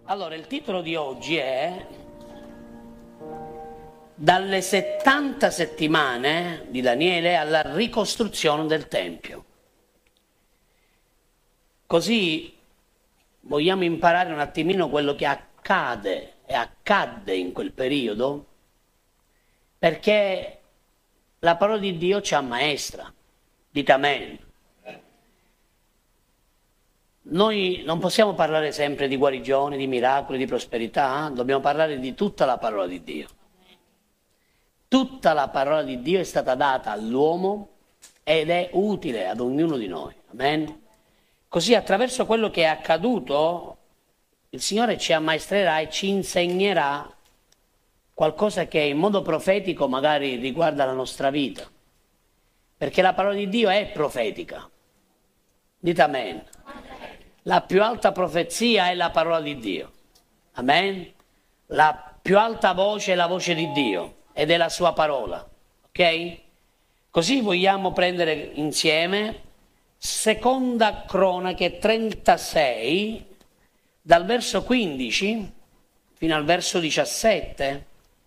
Allora, il titolo di oggi è Dalle 70 settimane di Daniele alla ricostruzione del Tempio. Così vogliamo imparare un attimino quello che accade e accadde in quel periodo, perché la parola di Dio ci ammaestra. Dite amen. Noi non possiamo parlare sempre di guarigione, di miracoli, di prosperità, dobbiamo parlare di tutta la parola di Dio. Tutta la parola di Dio è stata data all'uomo ed è utile ad ognuno di noi. Amen. Così attraverso quello che è accaduto, il Signore ci ammaestrerà e ci insegnerà qualcosa che in modo profetico magari riguarda la nostra vita. Perché la parola di Dio è profetica. Dite amen. La più alta profezia è la parola di Dio. Amen. La più alta voce è la voce di Dio ed è la sua parola. Ok? Così vogliamo prendere insieme Seconda Cronache 36, dal verso 15 fino al verso 17,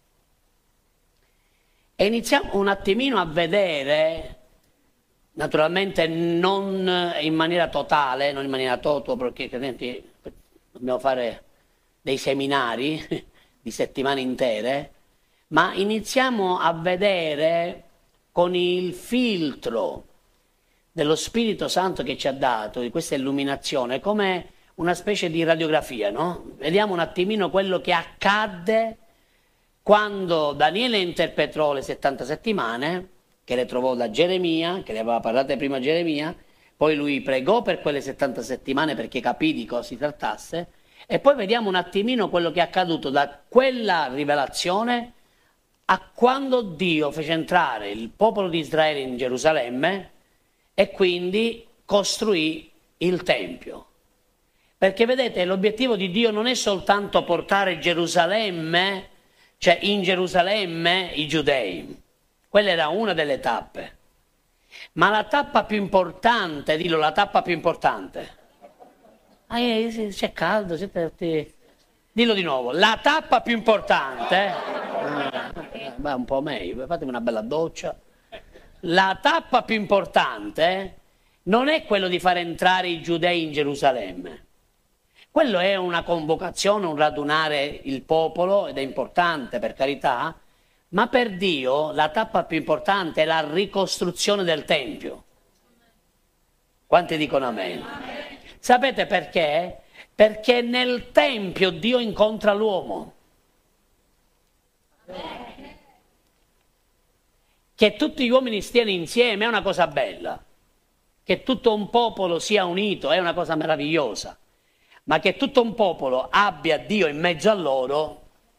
e iniziamo un attimino a vedere, naturalmente non in maniera totale, non in maniera toto, perché credenti dobbiamo fare dei seminari di settimane intere, ma iniziamo a vedere con il filtro dello Spirito Santo che ci ha dato, di questa illuminazione, come una specie di radiografia, no? Vediamo un attimino quello che accadde quando Daniele interpretò le 70 settimane, che le trovò da Geremia, che le aveva parlate prima Geremia, poi lui pregò per quelle 70 settimane perché capì di cosa si trattasse, e poi vediamo un attimino quello che è accaduto da quella rivelazione a quando Dio fece entrare il popolo di Israele in Gerusalemme e quindi costruì il Tempio. Perché vedete, l'obiettivo di Dio non è soltanto portare Gerusalemme, cioè in Gerusalemme i giudei. Quella era una delle tappe. Ma la tappa più importante, dillo, la tappa più importante. C'è caldo, dillo di nuovo, la tappa più importante, un po' meglio, fatemi una bella doccia. La tappa più importante non è quello di far entrare i giudei in Gerusalemme. Quello è una convocazione, un radunare il popolo, ed è importante, per carità, ma per Dio la tappa più importante è la ricostruzione del Tempio. Quanti dicono amen? Sapete perché? Perché nel Tempio Dio incontra l'uomo. Che tutti gli uomini stiano insieme è una cosa bella. Che tutto un popolo sia unito è una cosa meravigliosa. Ma che tutto un popolo abbia Dio in mezzo a loro,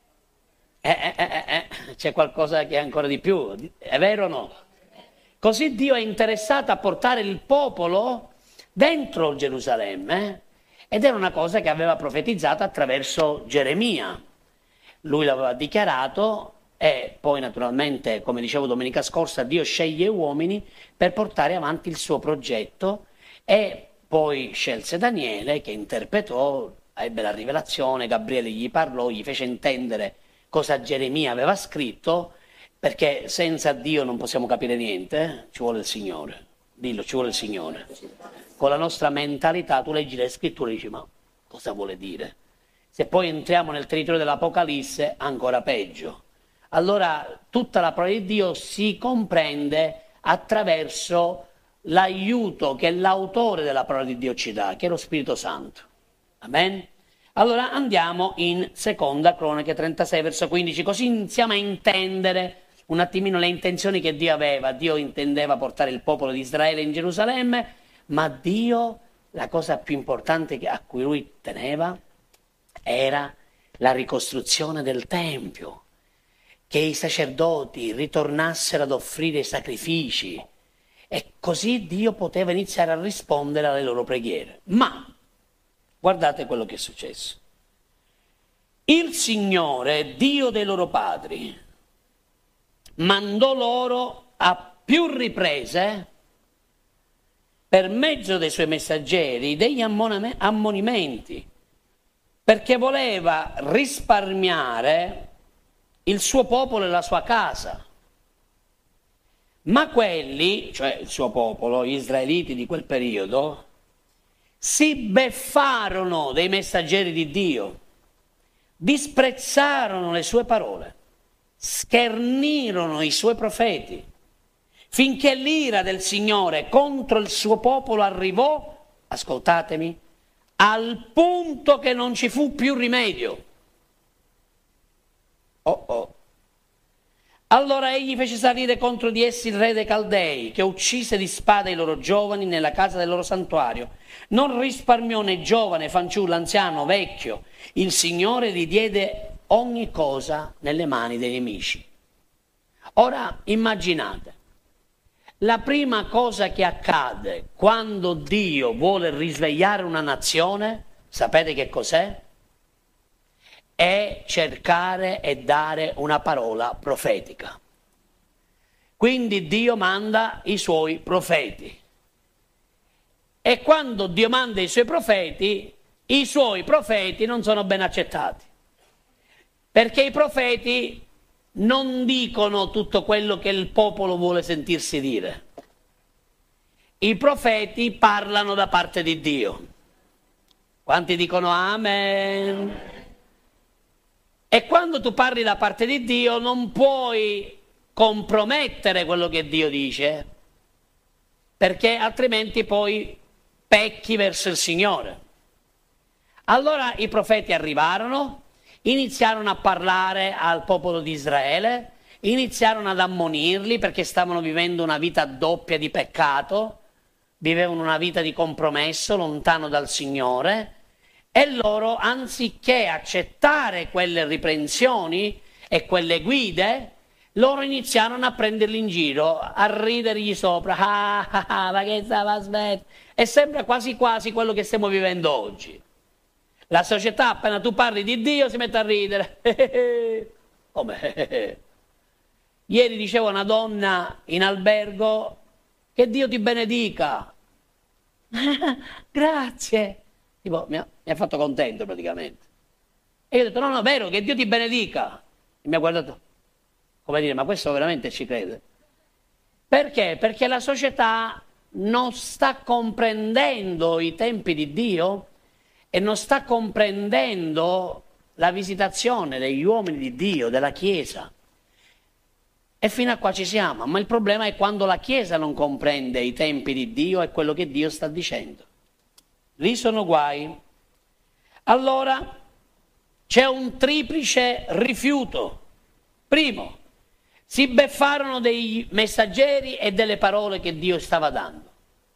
c'è qualcosa che è ancora di più, è vero o no? Così Dio è interessato a portare il popolo dentro Gerusalemme, ed era una cosa che aveva profetizzato attraverso Geremia. Lui l'aveva dichiarato e poi naturalmente, come dicevo domenica scorsa, Dio sceglie uomini per portare avanti il suo progetto, e poi scelse Daniele che interpretò, ebbe la rivelazione, Gabriele gli parlò, gli fece intendere cosa Geremia aveva scritto, perché senza Dio non possiamo capire niente, ci vuole il Signore. Dillo, ci vuole il Signore. Con la nostra mentalità tu leggi le scritture e dici, ma cosa vuole dire? Se poi entriamo nel territorio dell'Apocalisse, ancora peggio. Allora tutta la parola di Dio si comprende attraverso l'aiuto che l'autore della parola di Dio ci dà, che è lo Spirito Santo. Amen? Allora andiamo in Seconda Cronache 36, verso 15, così iniziamo a intendere un attimino le intenzioni che Dio aveva. Dio intendeva portare il popolo di Israele in Gerusalemme, ma Dio, la cosa più importante a cui lui teneva era la ricostruzione del Tempio, che i sacerdoti ritornassero ad offrire i sacrifici, e così Dio poteva iniziare a rispondere alle loro preghiere. Ma guardate quello che è successo. Il Signore, Dio dei loro padri, mandò loro a più riprese, per mezzo dei suoi messaggeri, degli ammonimenti, perché voleva risparmiare il suo popolo e la sua casa. Ma quelli, cioè il suo popolo, gli israeliti di quel periodo, si beffarono dei messaggeri di Dio, disprezzarono le sue parole, schernirono i suoi profeti, finché l'ira del Signore contro il suo popolo arrivò, ascoltatemi, al punto che non ci fu più rimedio. Allora egli fece salire contro di essi il re dei Caldei, che uccise di spada i loro giovani nella casa del loro santuario. Non risparmiò né giovane, fanciullo, anziano, vecchio. Il Signore gli diede ogni cosa nelle mani dei nemici. Ora immaginate, la prima cosa che accade quando Dio vuole risvegliare una nazione, sapete che cos'è? È cercare e dare una parola profetica. Quindi Dio manda i suoi profeti. E quando Dio manda i suoi profeti non sono ben accettati. Perché i profeti non dicono tutto quello che il popolo vuole sentirsi dire. I profeti parlano da parte di Dio. Quanti dicono amen? E quando tu parli da parte di Dio non puoi compromettere quello che Dio dice, perché altrimenti poi pecchi verso il Signore. Allora i profeti arrivarono, iniziarono a parlare al popolo di Israele, iniziarono ad ammonirli perché stavano vivendo una vita doppia di peccato, vivevano una vita di compromesso, lontano dal Signore. E loro, anziché accettare quelle riprensioni e quelle guide, loro iniziarono a prenderli in giro, a ridergli sopra. Ma che stava aspetta? E sembra quasi quasi quello che stiamo vivendo oggi. La società, appena tu parli di Dio, si mette a ridere. Come? Ieri dicevo a una donna in albergo, che Dio ti benedica. Grazie. Tipo, mi ha fatto contento praticamente. E io ho detto, no, vero, che Dio ti benedica. E mi ha guardato, come dire, ma questo veramente ci crede? Perché? Perché la società non sta comprendendo i tempi di Dio e non sta comprendendo la visitazione degli uomini di Dio, della Chiesa. E fino a qua ci siamo. Ma il problema è quando la Chiesa non comprende i tempi di Dio e quello che Dio sta dicendo. Lì sono guai. Allora c'è un triplice rifiuto. Primo, si beffarono dei messaggeri e delle parole che Dio stava dando.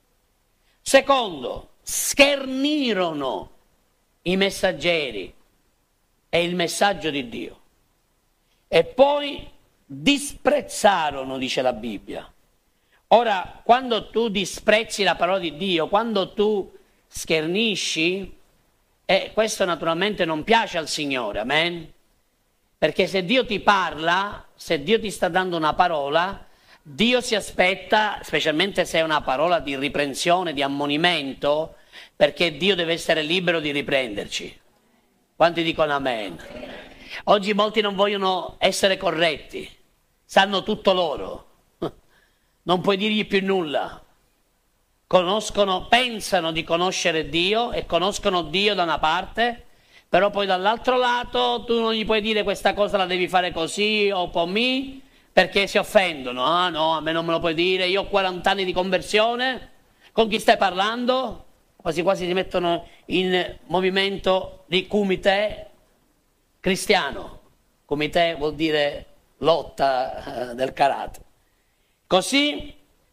Secondo, schernirono i messaggeri e il messaggio di Dio. E poi disprezzarono, dice la Bibbia. Ora, quando tu disprezzi la parola di Dio, quando tu schernisci, e questo naturalmente non piace al Signore, amen? Perché se Dio ti parla, se Dio ti sta dando una parola, Dio si aspetta, specialmente se è una parola di riprensione, di ammonimento, perché Dio deve essere libero di riprenderci. Quanti dicono amen? Oggi molti non vogliono essere corretti, sanno tutto loro, non puoi dirgli più nulla. Conoscono, pensano di conoscere Dio e conoscono Dio da una parte, però poi dall'altro lato tu non gli puoi dire questa cosa la devi fare così o pomì, perché si offendono. Ah no, a me non me lo puoi dire, io ho 40 anni di conversione, con chi stai parlando? Quasi quasi si mettono in movimento di kumite cristiano. Kumite vuol dire lotta del karate. Così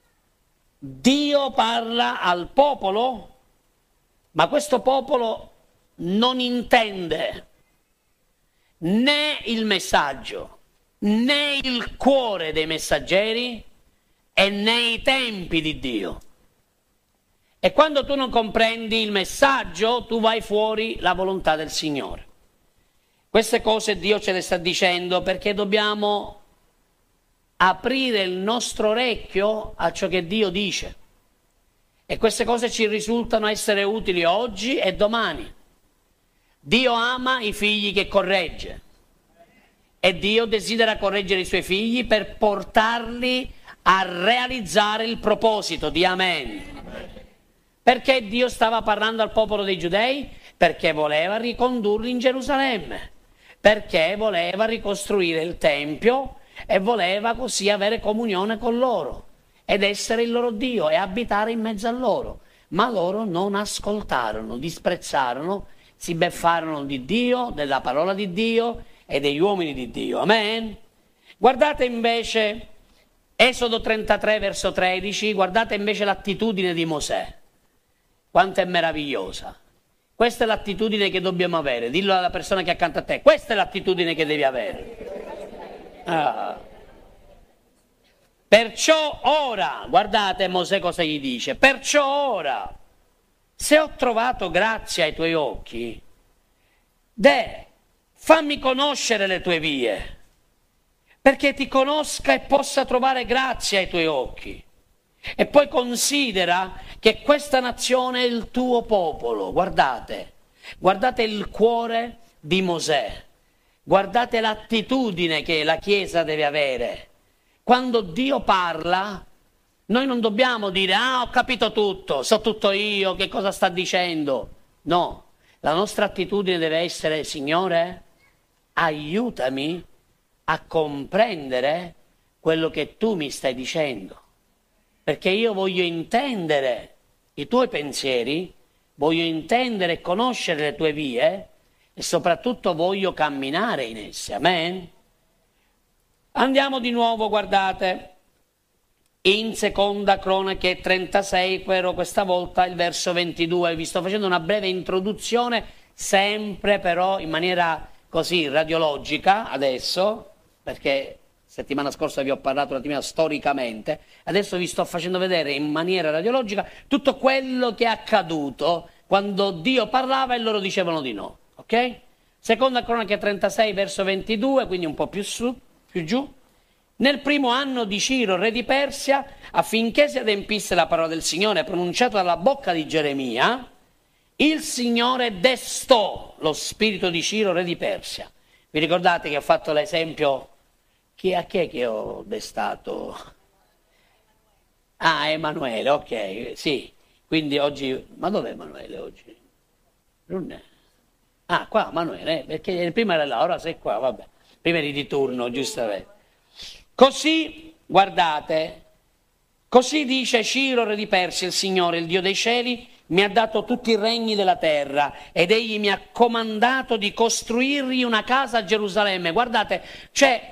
Dio parla al popolo, ma questo popolo non intende né il messaggio, né il cuore dei messaggeri e né i tempi di Dio. E quando tu non comprendi il messaggio, tu vai fuori la volontà del Signore. Queste cose Dio ce le sta dicendo perché dobbiamo aprire il nostro orecchio a ciò che Dio dice. E queste cose ci risultano essere utili oggi e domani. Dio ama i figli che corregge e Dio desidera correggere i suoi figli per portarli a realizzare il proposito di Amen. Perché Dio stava parlando al popolo dei giudei? Perché voleva ricondurli in Gerusalemme, perché voleva ricostruire il Tempio e voleva così avere comunione con loro ed essere il loro Dio e abitare in mezzo a loro. Ma loro non ascoltarono, disprezzarono, si beffarono di Dio, della parola di Dio e degli uomini di Dio. Amen. Guardate invece Esodo 33 verso 13, guardate invece l'attitudine di Mosè. Quanto è meravigliosa. Questa è l'attitudine che dobbiamo avere. Dillo alla persona che è accanto a te. Questa è l'attitudine che devi avere. Perciò ora, guardate Mosè cosa gli dice. Perciò ora, se ho trovato grazia ai tuoi occhi, fammi conoscere le tue vie, perché ti conosca e possa trovare grazia ai tuoi occhi. E poi considera che questa nazione è il tuo popolo. Guardate il cuore di Mosè, guardate l'attitudine che la Chiesa deve avere. Quando Dio parla, noi non dobbiamo dire, ho capito tutto, so tutto io, che cosa sta dicendo. No, la nostra attitudine deve essere, Signore, aiutami a comprendere quello che tu mi stai dicendo. Perché io voglio intendere i tuoi pensieri, voglio intendere e conoscere le tue vie e soprattutto voglio camminare in esse. Amen? Andiamo di nuovo, guardate, in Seconda Cronache 36, però questa volta il verso 22. Vi sto facendo una breve introduzione, sempre però in maniera così radiologica adesso, perché settimana scorsa vi ho parlato un attimino storicamente, adesso vi sto facendo vedere in maniera radiologica tutto quello che è accaduto quando Dio parlava e loro dicevano di no, ok? Seconda Cronache 36 verso 22, quindi un po' più su, più giù. Nel primo anno di Ciro, re di Persia, affinché si adempisse la parola del Signore pronunciata dalla bocca di Geremia, il Signore destò lo spirito di Ciro, re di Persia. Vi ricordate che ho fatto l'esempio? Chi è che ho destato? Emanuele, ok, sì. Quindi oggi, ma dov'è Emanuele oggi? Non è. Qua Emanuele, perché prima era là, ora sei qua, vabbè. Prima eri di turno, giustamente. Così, guardate, così dice Ciro, re di Persia, il Signore, il Dio dei cieli, mi ha dato tutti i regni della terra ed egli mi ha comandato di costruirgli una casa a Gerusalemme. Guardate, c'è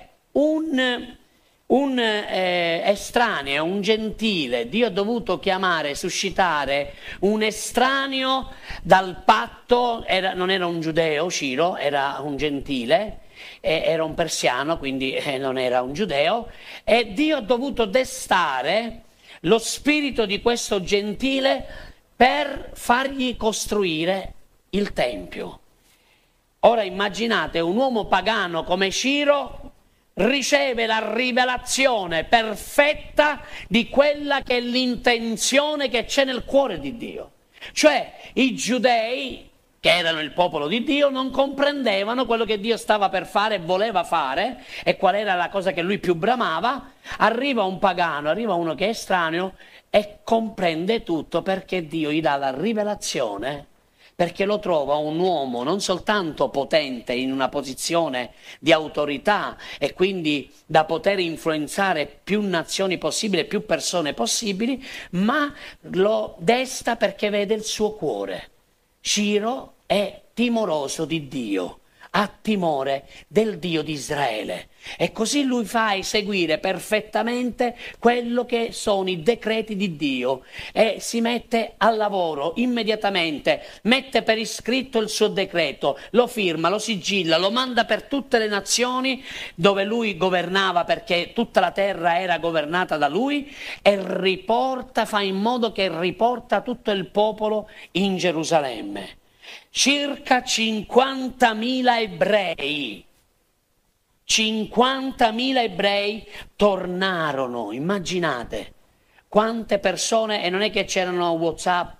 un estraneo, un gentile. Dio ha dovuto chiamare, suscitare un estraneo dal patto, non era un giudeo, Ciro, era un gentile, era un persiano, quindi non era un giudeo, e Dio ha dovuto destare lo spirito di questo gentile per fargli costruire il Tempio. Ora immaginate un uomo pagano come Ciro riceve la rivelazione perfetta di quella che è l'intenzione che c'è nel cuore di Dio. Cioè i giudei, che erano il popolo di Dio, non comprendevano quello che Dio stava per fare e voleva fare e qual era la cosa che lui più bramava. Arriva un pagano, arriva uno che è estraneo e comprende tutto perché Dio gli dà la rivelazione, perché lo trova un uomo non soltanto potente in una posizione di autorità e quindi da poter influenzare più nazioni possibili, più persone possibili, ma lo desta perché vede il suo cuore. Ciro è timoroso di Dio, ha timore del Dio di Israele e così lui fa eseguire perfettamente quello che sono i decreti di Dio e si mette al lavoro immediatamente, mette per iscritto il suo decreto, lo firma, lo sigilla, lo manda per tutte le nazioni dove lui governava, perché tutta la terra era governata da lui, e riporta, fa in modo che riporta tutto il popolo in Gerusalemme. Circa 50.000 ebrei, 50.000 ebrei tornarono, immaginate, Quante persone, e non è che c'erano WhatsApp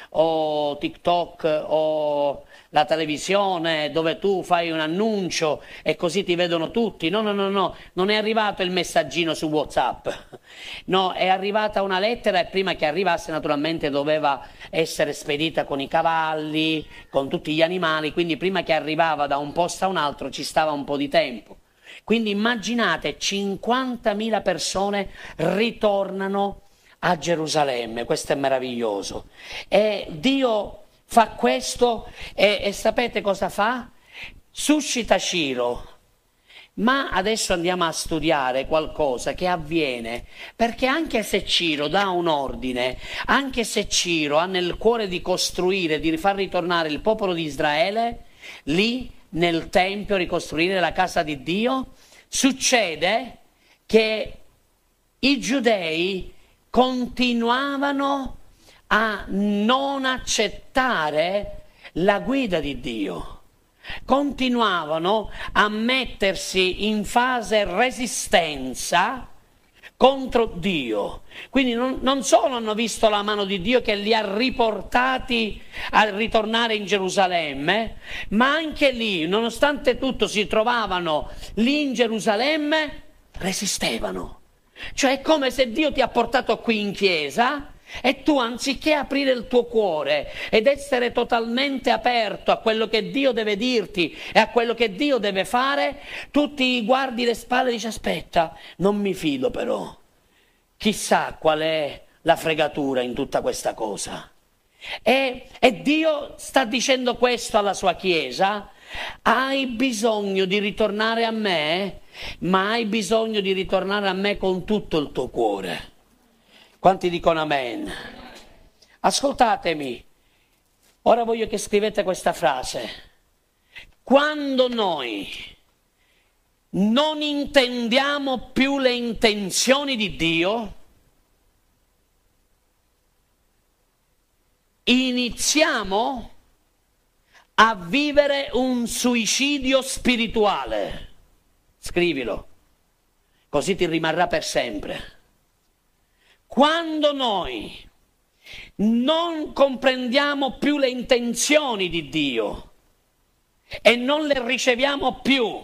o TikTok o la televisione dove tu fai un annuncio e così ti vedono tutti. No, no, no, no, non è arrivato il messaggino su WhatsApp. No, è arrivata una lettera e prima che arrivasse naturalmente doveva essere spedita con i cavalli, con tutti gli animali, quindi prima che arrivava da un posto a un altro ci stava un po' di tempo. Quindi immaginate 50.000 persone ritornano a Gerusalemme, questo è meraviglioso. E Dio fa questo e sapete cosa fa? Suscita Ciro. Ma adesso andiamo a studiare qualcosa che avviene, perché anche se Ciro dà un ordine, anche se Ciro ha nel cuore di costruire, di far ritornare il popolo di Israele, lì nel Tempio, ricostruire la casa di Dio, succede che i giudei continuavano a non accettare la guida di Dio, continuavano a mettersi in fase resistenza contro Dio. Quindi non solo hanno visto la mano di Dio che li ha riportati a ritornare in Gerusalemme, ma anche lì, nonostante tutto, si trovavano lì in Gerusalemme, resistevano. Cioè è come se Dio ti ha portato qui in chiesa e tu, anziché aprire il tuo cuore ed essere totalmente aperto a quello che Dio deve dirti e a quello che Dio deve fare, tu ti guardi le spalle e dici: aspetta, non mi fido però, chissà qual è la fregatura in tutta questa cosa. E Dio sta dicendo questo alla sua chiesa: hai bisogno di ritornare a me, ma hai bisogno di ritornare a me con tutto il tuo cuore. Quanti dicono amen? Ascoltatemi, ora voglio che scrivete questa frase: quando noi non intendiamo più le intenzioni di Dio, iniziamo a vivere un suicidio spirituale. Scrivilo, così ti rimarrà per sempre. Quando noi non comprendiamo più le intenzioni di Dio e non le riceviamo più,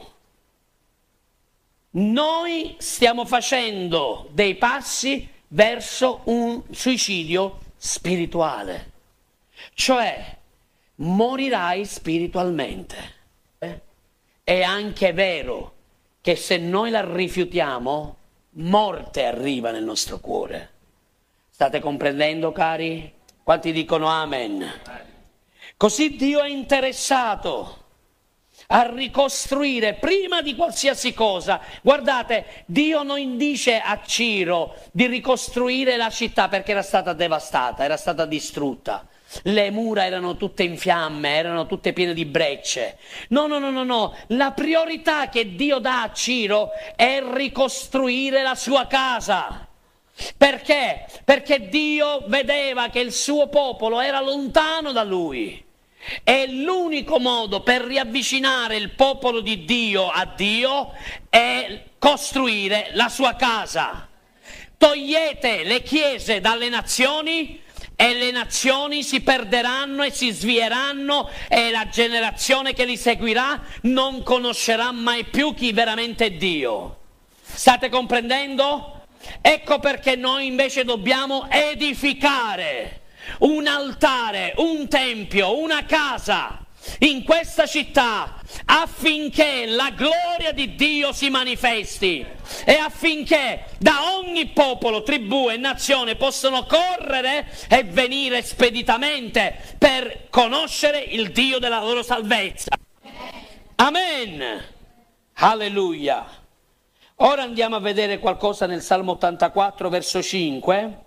noi stiamo facendo dei passi verso un suicidio spirituale. Cioè, morirai spiritualmente. È anche vero che se noi la rifiutiamo, morte arriva nel nostro cuore. State comprendendo, cari? Quanti dicono amen? Così Dio è interessato a ricostruire prima di qualsiasi cosa. Guardate, Dio non dice a Ciro di ricostruire la città perché era stata devastata, era stata distrutta. Le mura erano tutte in fiamme, erano tutte piene di brecce. No, no, no, no, no. La priorità che Dio dà a Ciro è ricostruire la sua casa. Perché? Perché Dio vedeva che il suo popolo era lontano da lui. E l'unico modo per riavvicinare il popolo di Dio a Dio è costruire la sua casa. Togliete le chiese dalle nazioni e le nazioni si perderanno e si svieranno e la generazione che li seguirà non conoscerà mai più chi veramente è Dio. State comprendendo? Ecco perché noi invece dobbiamo edificare un altare, un tempio, una casa in questa città affinché la gloria di Dio si manifesti e affinché da ogni popolo, tribù e nazione possano correre e venire speditamente per conoscere il Dio della loro salvezza. Amen. Alleluia. Ora andiamo a vedere qualcosa nel Salmo 84, verso 5,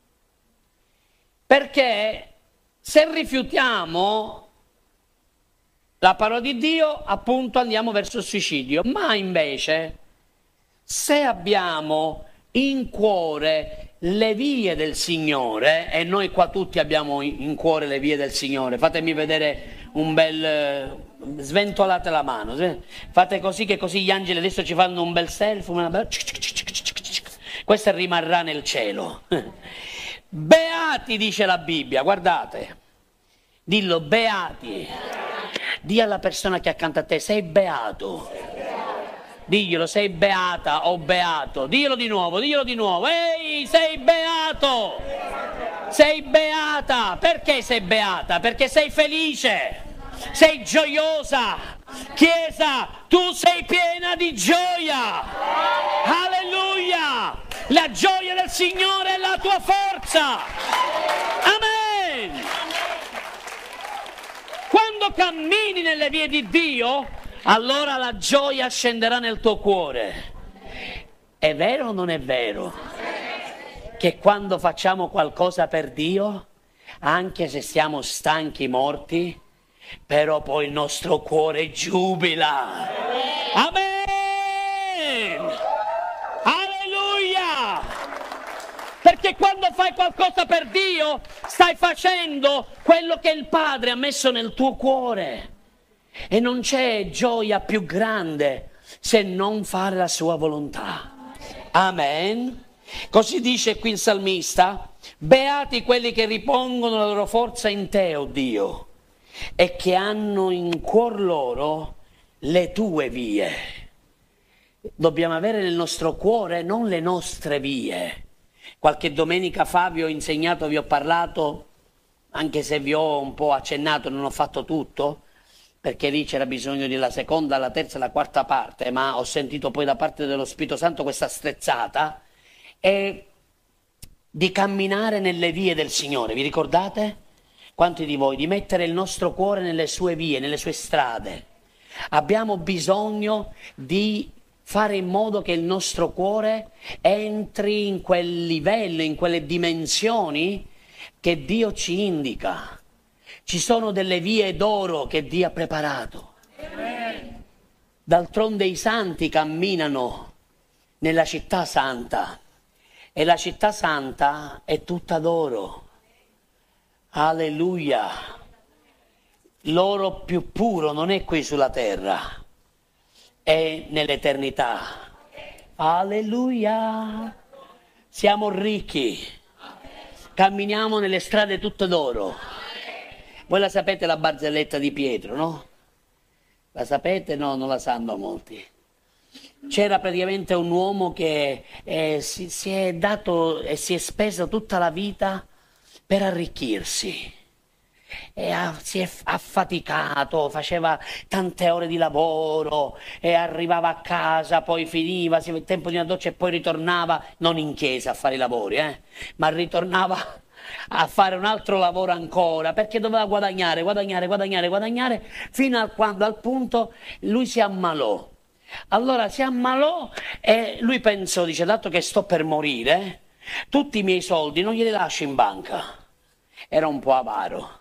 perché se rifiutiamo la parola di Dio, appunto andiamo verso il suicidio, ma invece se abbiamo in cuore le vie del Signore, e noi qua tutti abbiamo in cuore le vie del Signore, fatemi vedere un bel... sventolate la mano, fate così che così gli angeli adesso ci fanno un bel selfie, una bella... questo rimarrà nel cielo. Beati, dice la Bibbia, guardate, dillo, beati. Dì alla persona che è accanto a te, sei beato. Diglielo, sei beata o beato. Diglielo di nuovo, ehi, sei beato. Sei beata. Perché sei beata? Perché sei felice, sei gioiosa. Chiesa, tu sei piena di gioia. Alleluia. La gioia del Signore è la tua forza. Amen. Quando cammini nelle vie di Dio, allora la gioia scenderà nel tuo cuore. È vero o non è vero? Che quando facciamo qualcosa per Dio, anche se siamo stanchi, morti, però poi il nostro cuore giubila. Amen! Alleluia! Perché quando fai qualcosa per Dio, stai facendo quello che il Padre ha messo nel tuo cuore. E non c'è gioia più grande se non fare la sua volontà. Amen. Così dice qui il salmista: beati quelli che ripongono la loro forza in te, o Dio, e che hanno in cuor loro le tue vie. Dobbiamo avere nel nostro cuore non le nostre vie. Qualche domenica fa vi ho insegnato, vi ho parlato, anche se vi ho un po' accennato, non ho fatto tutto, perché lì c'era bisogno della seconda, la terza e la quarta parte, ma ho sentito poi da parte dello Spirito Santo questa strezzata, e di camminare nelle vie del Signore. Vi ricordate? Quanti di voi? Di mettere il nostro cuore nelle sue vie, nelle sue strade. Abbiamo bisogno di fare in modo che il nostro cuore entri in quel livello, in quelle dimensioni che Dio ci indica. Ci sono delle vie d'oro che Dio ha preparato. D'altronde i santi camminano nella città santa, e la città santa è tutta d'oro. Alleluia. L'oro più puro non è qui sulla terra, è nell'eternità. Alleluia. Siamo ricchi, camminiamo nelle strade tutte d'oro. Voi la sapete la barzelletta di Pietro, no? La sapete? No, non la sanno molti. C'era praticamente un uomo che si è dato e si è speso tutta la vita per arricchirsi. Si è affaticato, faceva tante ore di lavoro e arrivava a casa, poi finiva, si aveva il tempo di una doccia e poi ritornava, non in chiesa a fare i lavori, ma ritornava a fare un altro lavoro ancora, perché doveva guadagnare, fino a quando al punto lui si ammalò. Allora si ammalò e lui pensò, dice, dato che sto per morire, tutti i miei soldi non glieli lascio in banca. Era un po' avaro.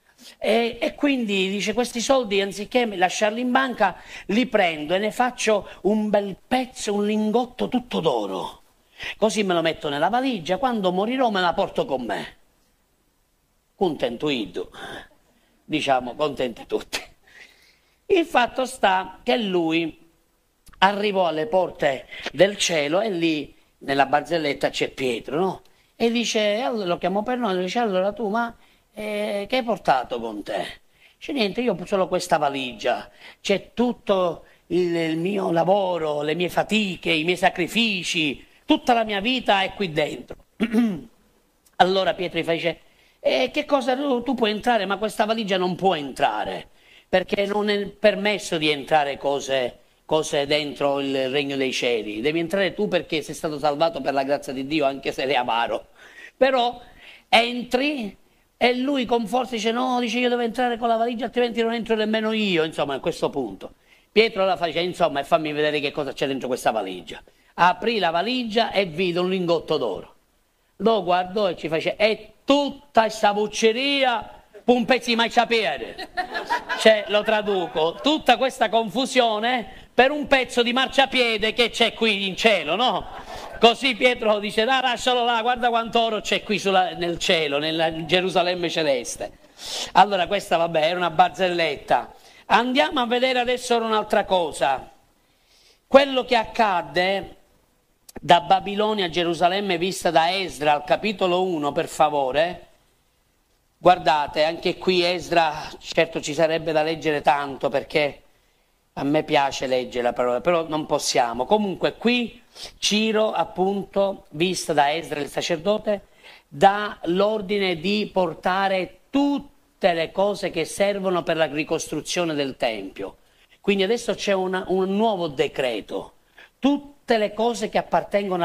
E quindi dice, questi soldi anziché lasciarli in banca li prendo e ne faccio un bel pezzo, un lingotto tutto d'oro, così me lo metto nella valigia, quando morirò me la porto con me. Contentuito, diciamo, contenti tutti. Il fatto sta che lui arrivò alle porte del cielo e lì nella barzelletta c'è Pietro, no? E dice, allora, lo chiamò per noi, dice, allora tu, ma che hai portato con te? Dice, niente, io ho solo questa valigia, c'è tutto il mio lavoro, le mie fatiche, i miei sacrifici, tutta la mia vita è qui dentro. Allora Pietro gli fa, dice, che cosa tu puoi entrare, ma questa valigia non può entrare, perché non è permesso di entrare cose dentro il regno dei cieli. Devi entrare tu perché sei stato salvato per la grazia di Dio, anche se eri avaro. Però entri e lui con forza dice, no, dice, io devo entrare con la valigia, altrimenti non entro nemmeno io, insomma, a questo punto. Pietro la face, insomma, e fammi vedere che cosa c'è dentro questa valigia. Aprì la valigia e vide un lingotto d'oro. Lo guardò e ci fece, è tutta questa bucceria per un pezzo di marciapiede. Cioè, lo traduco, tutta questa confusione per un pezzo di marciapiede che c'è qui in cielo, no? Così Pietro dice, no, lascialo là, guarda quanto oro c'è qui nel cielo, nella Gerusalemme celeste. Allora questa, vabbè, era una barzelletta. Andiamo a vedere adesso un'altra cosa. Quello che accadde da Babilonia a Gerusalemme vista da Esdra al capitolo 1, per favore. Guardate, anche qui Esdra, certo ci sarebbe da leggere tanto perché a me piace leggere la parola, però non possiamo. Comunque qui Ciro, appunto, vista da Esdra il sacerdote, dà l'ordine di portare tutte le cose che servono per la ricostruzione del Tempio. Quindi adesso c'è un nuovo decreto. Tutte le cose che appartengono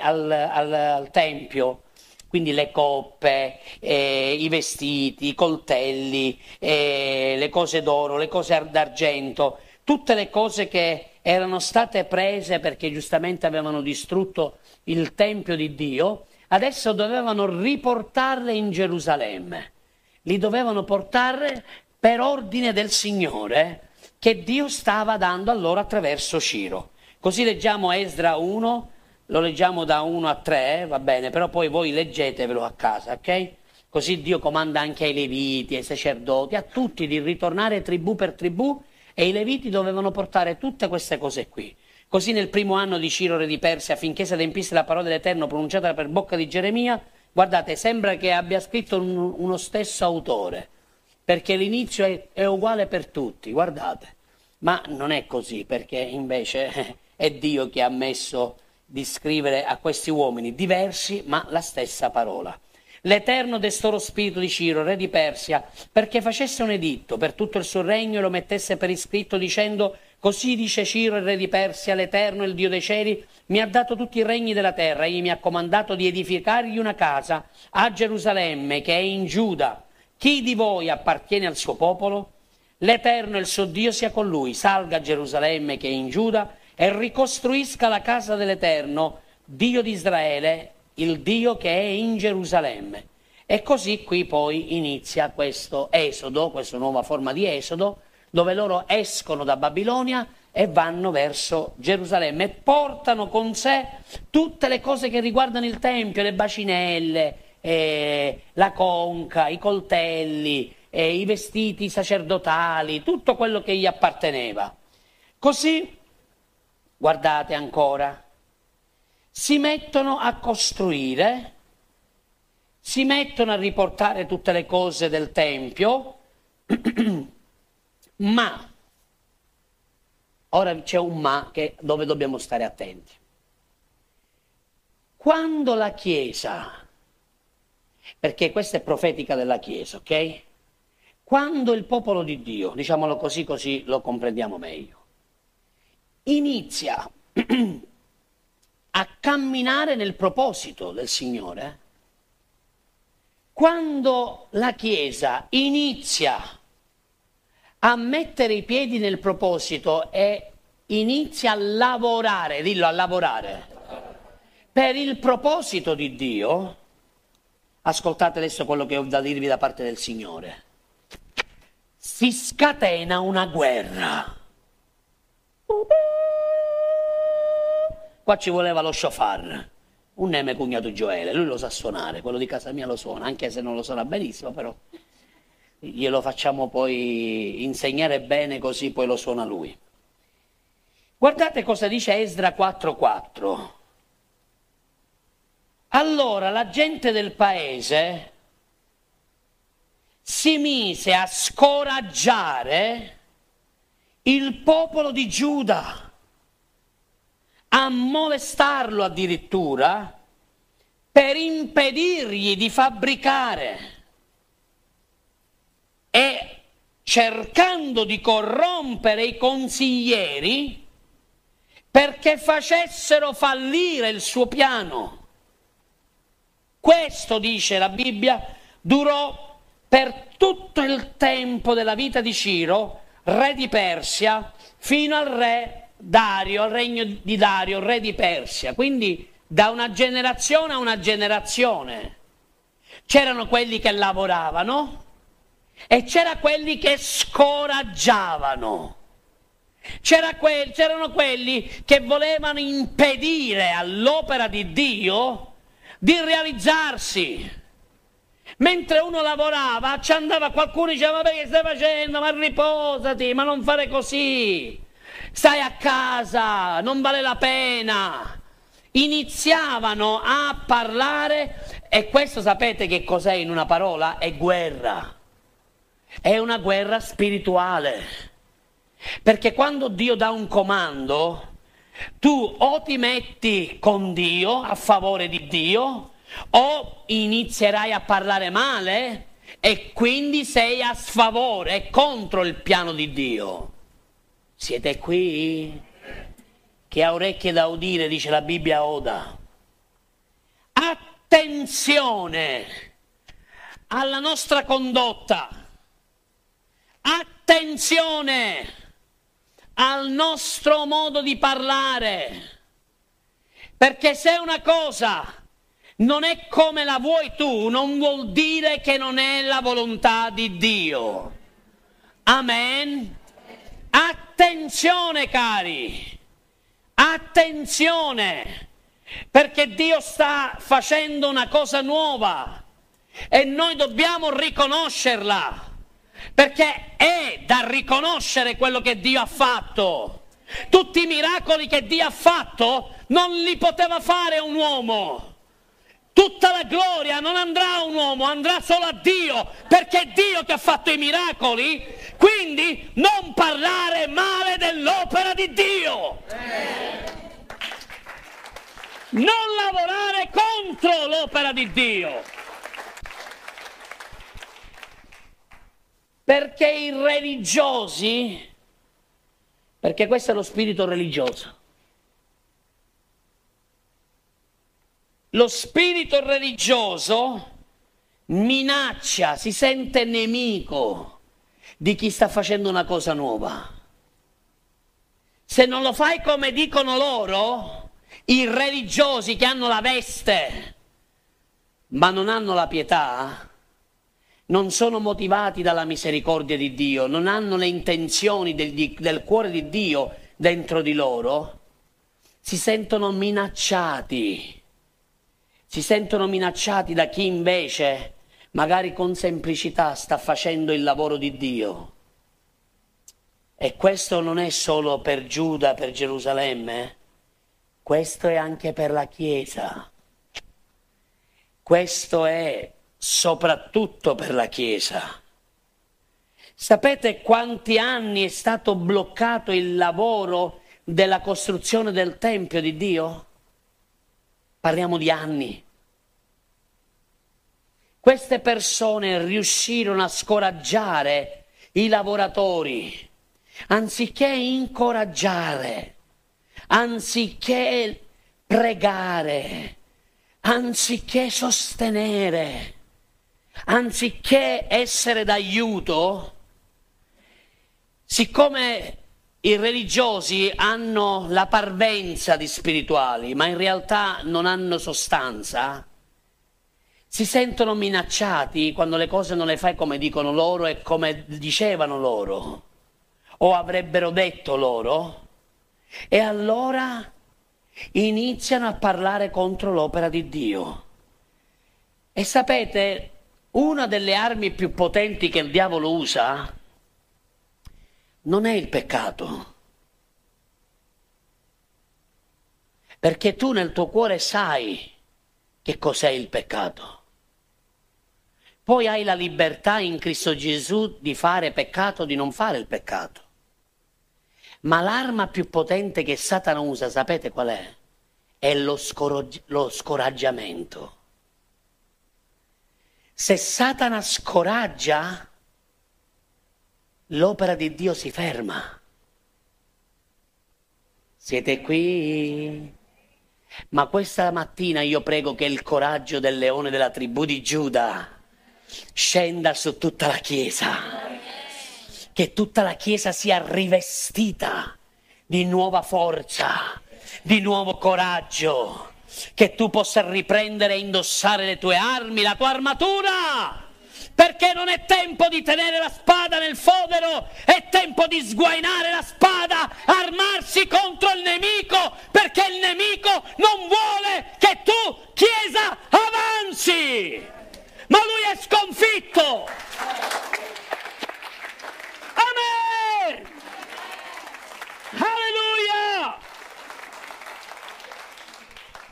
al Tempio, quindi le coppe, i vestiti, i coltelli, le cose d'oro, le cose d'argento, tutte le cose che erano state prese perché giustamente avevano distrutto il Tempio di Dio, adesso dovevano riportarle in Gerusalemme. Li dovevano portare per ordine del Signore che Dio stava dando a loro attraverso Ciro. Così leggiamo Esdra 1, lo leggiamo da 1 a 3, va bene, però poi voi leggetevelo a casa, ok? Così Dio comanda anche ai Leviti, ai sacerdoti, a tutti di ritornare tribù per tribù, e i Leviti dovevano portare tutte queste cose qui. Così nel primo anno di Ciro re di Persia, affinché si adempisse la parola dell'Eterno pronunciata per bocca di Geremia, guardate, sembra che abbia scritto uno stesso autore, perché l'inizio è uguale per tutti, guardate. Ma non è così, perché invece è Dio che ha messo di scrivere a questi uomini diversi, ma la stessa parola. L'Eterno destò lo spirito di Ciro, re di Persia, perché facesse un editto per tutto il suo regno e lo mettesse per iscritto, dicendo: così dice Ciro, il re di Persia, l'Eterno, il Dio dei cieli, mi ha dato tutti i regni della terra, egli mi ha comandato di edificargli una casa a Gerusalemme, che è in Giuda. Chi di voi appartiene al suo popolo? L'Eterno, il suo Dio, sia con lui, salga a Gerusalemme, che è in Giuda, e ricostruisca la casa dell'Eterno, Dio di Israele, il Dio che è in Gerusalemme. E così qui poi inizia questo esodo, questa nuova forma di esodo, dove loro escono da Babilonia e vanno verso Gerusalemme e portano con sé tutte le cose che riguardano il Tempio, le bacinelle, la conca, i coltelli, i vestiti sacerdotali, tutto quello che gli apparteneva. Così, guardate ancora, si mettono a costruire, si mettono a riportare tutte le cose del Tempio, ma, ora c'è un ma dove dobbiamo stare attenti. Quando la Chiesa, perché questa è profetica della Chiesa, ok? Quando il popolo di Dio, diciamolo così, così lo comprendiamo meglio, inizia a camminare nel proposito del Signore, quando la Chiesa inizia a mettere i piedi nel proposito e inizia a lavorare, dillo, a lavorare, per il proposito di Dio, ascoltate adesso quello che ho da dirvi da parte del Signore, si scatena una guerra. Qua ci voleva lo shofar, un nome cugnato Gioele, lui lo sa suonare, quello di casa mia lo suona, anche se non lo suona benissimo, però glielo facciamo poi insegnare bene, così poi lo suona lui. Guardate cosa dice Esdra 4:4. Allora la gente del paese si mise a scoraggiare il popolo di Giuda, a molestarlo addirittura, per impedirgli di fabbricare e cercando di corrompere i consiglieri perché facessero fallire il suo piano. Questo, dice la Bibbia, durò per tutto il tempo della vita di Ciro, re di Persia, fino al re Dario, al regno di Dario, re di Persia. Quindi da una generazione a una generazione c'erano quelli che lavoravano e c'era quelli che scoraggiavano. C'erano quelli che volevano impedire all'opera di Dio di realizzarsi. Mentre uno lavorava, ci andava qualcuno e diceva: ma perché stai facendo? Ma riposati, ma non fare così, stai a casa, non vale la pena. iniziavano a parlare, e questo sapete che cos'è in una parola? È guerra. È una guerra spirituale. Perché quando Dio dà un comando, tu o ti metti con Dio, a favore di Dio, o inizierai a parlare male e quindi sei a sfavore e contro il piano di Dio. Siete qui? Chi ha orecchie da udire, dice la Bibbia, oda. Attenzione alla nostra condotta, attenzione al nostro modo di parlare, perché se una cosa non è come la vuoi tu, non vuol dire che non è la volontà di Dio. Amen? Attenzione, cari! Attenzione, perché Dio sta facendo una cosa nuova e noi dobbiamo riconoscerla, perché è da riconoscere quello che Dio ha fatto. Tutti i miracoli che Dio ha fatto non li poteva fare un uomo. Tutta la gloria non andrà a un uomo, andrà solo a Dio, perché è Dio che ha fatto i miracoli. Quindi non parlare male dell'opera di Dio. Non lavorare contro l'opera di Dio. Perché i religiosi, perché questo è lo spirito religioso. Lo spirito religioso minaccia, si sente nemico di chi sta facendo una cosa nuova. Se non lo fai come dicono loro, i religiosi che hanno la veste, ma non hanno la pietà, non sono motivati dalla misericordia di Dio, non hanno le intenzioni del cuore di Dio dentro di loro, si sentono minacciati. Si sentono minacciati da chi invece, magari con semplicità, sta facendo il lavoro di Dio. E questo non è solo per Giuda, per Gerusalemme, questo è anche per la Chiesa. Questo è soprattutto per la Chiesa. Sapete quanti anni è stato bloccato il lavoro della costruzione del Tempio di Dio? Parliamo di anni. Queste persone riuscirono a scoraggiare i lavoratori, anziché incoraggiare, anziché pregare, anziché sostenere, anziché essere d'aiuto. Siccome i religiosi hanno la parvenza di spirituali, ma in realtà non hanno sostanza, si sentono minacciati quando le cose non le fai come dicono loro e come dicevano loro, o avrebbero detto loro, e allora iniziano a parlare contro l'opera di Dio. E sapete, una delle armi più potenti che il diavolo usa non è il peccato, perché tu nel tuo cuore sai che cos'è il peccato. Poi hai la libertà in Cristo Gesù di fare peccato o di non fare il peccato. Ma l'arma più potente che Satana usa, sapete qual è? È lo scoraggiamento. Se Satana scoraggia, l'opera di Dio si ferma. Siete qui? Ma questa mattina io prego che il coraggio del leone della tribù di Giuda scenda su tutta la Chiesa, che tutta la Chiesa sia rivestita di nuova forza, di nuovo coraggio, che tu possa riprendere e indossare le tue armi, la tua armatura. Perché non è tempo di tenere la spada nel fodero, è tempo di sguainare la spada, armarsi contro il nemico, perché il nemico non vuole che tu, Chiesa, avanzi, ma lui è sconfitto. Amen! Alleluia!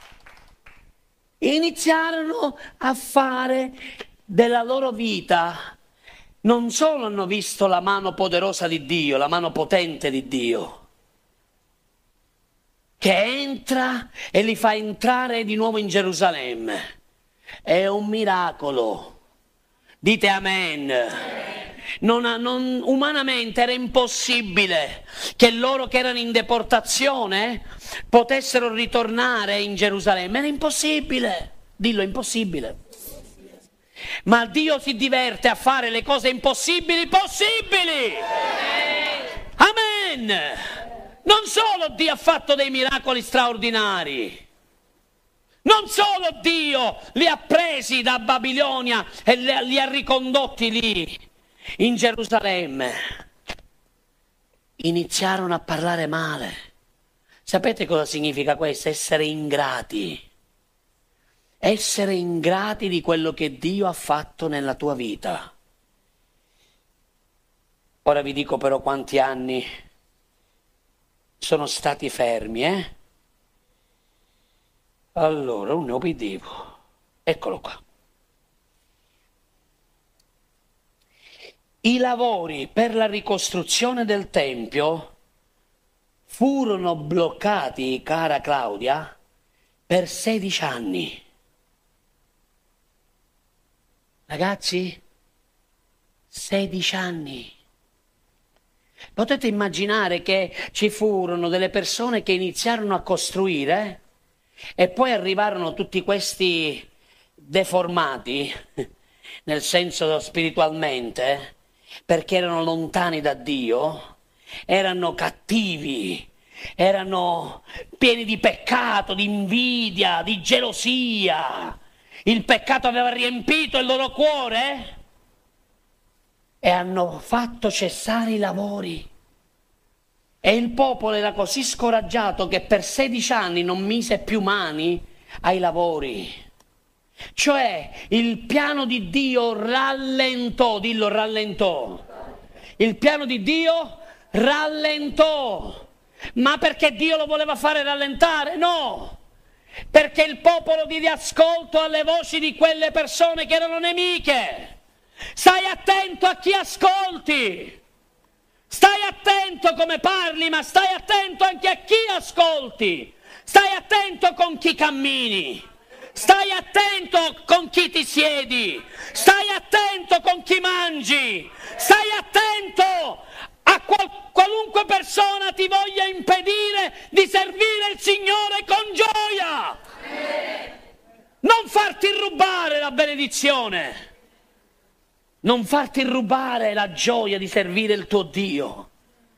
iniziarono a fare della loro vita, non solo hanno visto la mano poderosa di Dio, la mano potente di Dio, che entra e li fa entrare di nuovo in Gerusalemme. È un miracolo. Dite amen. Umanamente era impossibile che loro che erano in deportazione potessero ritornare in Gerusalemme. Era impossibile. Dillo, impossibile. Ma Dio si diverte a fare le cose impossibili possibili. Amen. Non solo Dio ha fatto dei miracoli straordinari, non solo Dio li ha presi da Babilonia e li ha ricondotti lì in Gerusalemme, iniziarono a parlare male. Sapete cosa significa questo? Essere ingrati. Essere ingrati di quello che Dio ha fatto nella tua vita. Ora vi dico però quanti anni sono stati fermi, Allora, un obbedivo. Eccolo qua. I lavori per la ricostruzione del Tempio furono bloccati, cara Claudia, per 16 anni. Ragazzi, 16 anni. Potete immaginare che ci furono delle persone che iniziarono a costruire e poi arrivarono tutti questi deformati, nel senso spiritualmente, perché erano lontani da Dio, erano cattivi, erano pieni di peccato, di invidia, di gelosia. Il peccato aveva riempito il loro cuore e hanno fatto cessare i lavori. E il popolo era così scoraggiato che per 16 anni non mise più mani ai lavori. Cioè il piano di Dio rallentò, dillo rallentò. Il piano di Dio rallentò. Ma perché Dio lo voleva fare rallentare? No! Perché il popolo diede ascolto alle voci di quelle persone che erano nemiche. Stai attento a chi ascolti. Stai attento come parli, ma stai attento anche a chi ascolti. Stai attento con chi cammini. Stai attento con chi ti siedi. Stai attento con chi mangi. Stai attento a qualunque persona ti voglia impedire di servire il Signore con gioia. Non farti rubare la benedizione. Non farti rubare la gioia di servire il tuo Dio.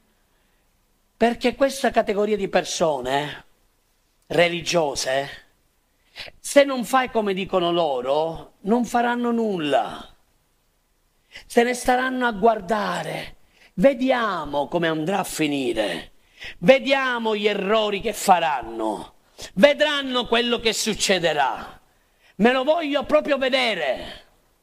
Perché questa categoria di persone religiose, se non fai come dicono loro, non faranno nulla. Se ne staranno a guardare. Vediamo come andrà a finire. Vediamo gli errori che faranno. Vedranno quello che succederà. Me lo voglio proprio vedere.